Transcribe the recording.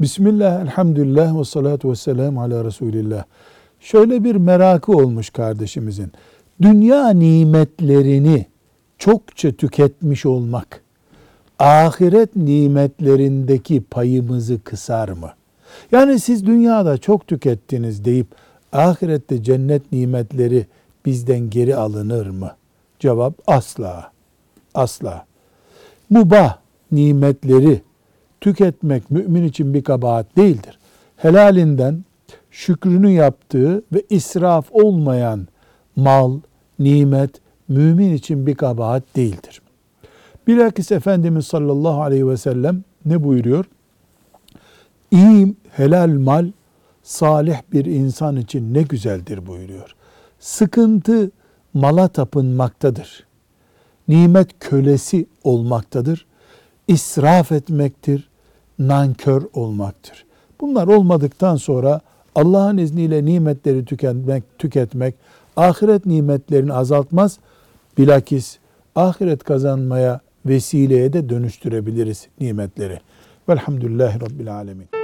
Bismillah, elhamdülillah ve salatu ve selamu ala Resulillah. Şöyle bir merakı olmuş kardeşimizin. Dünya nimetlerini çokça tüketmiş olmak, ahiret nimetlerindeki payımızı kısar mı? Yani siz dünyada çok tükettiniz deyip, ahirette cennet nimetleri bizden geri alınır mı? Cevap asla, asla. Mubah nimetleri tüketmek mümin için bir kabahat değildir. Helalinden şükrünü yaptığı ve israf olmayan mal, nimet mümin için bir kabahat değildir. Bilakis Efendimiz sallallahu aleyhi ve sellem ne buyuruyor? İyi helal mal salih bir insan için ne güzeldir buyuruyor. Sıkıntı mala tapınmaktadır. Nimet kölesi olmaktadır. İsraf etmektir, nankör olmaktır. Bunlar olmadıktan sonra Allah'ın izniyle nimetleri tüketmek ahiret nimetlerini azaltmaz. Bilakis ahiret kazanmaya vesileye de dönüştürebiliriz nimetleri. Velhamdülillahi Rabbil Alemin.